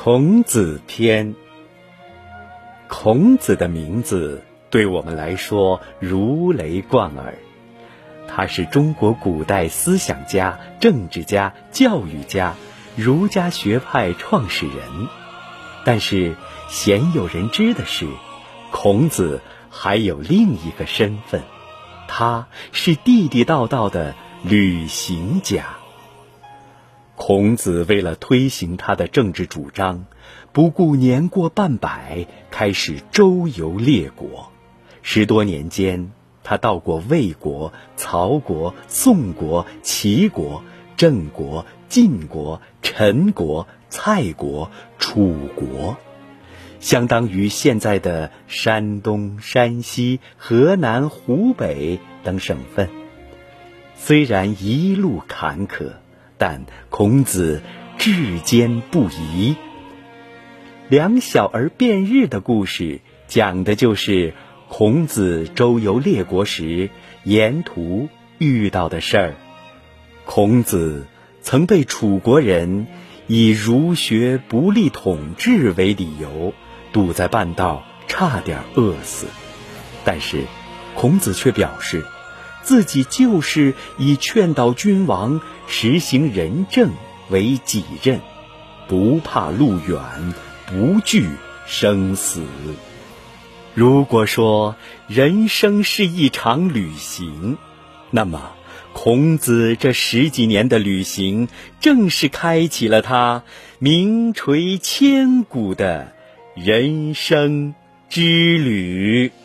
孔子篇。孔子的名字对我们来说如雷贯耳，他是中国古代思想家、政治家、教育家，儒家学派创始人。但是鲜有人知的是，孔子还有另一个身份，他是地地道道的旅行家。孔子为了推行他的政治主张，不顾年过半百，开始周游列国。10多年间，他到过魏国、曹国、宋国、齐国、郑国、晋国、陈国、蔡国、楚国，相当于现在的山东、山西、河南、湖北等省份。虽然一路坎坷，但孔子志坚不移。两小儿辩日的故事，讲的就是孔子周游列国时沿途遇到的事儿。孔子曾被楚国人以儒学不利统治为理由，堵在半道，差点饿死。但是孔子却表示，自己就是以劝导君王实行仁政为己任，不怕路远，不惧生死。如果说人生是一场旅行，那么孔子这10几年的旅行，正是开启了他名垂千古的人生之旅。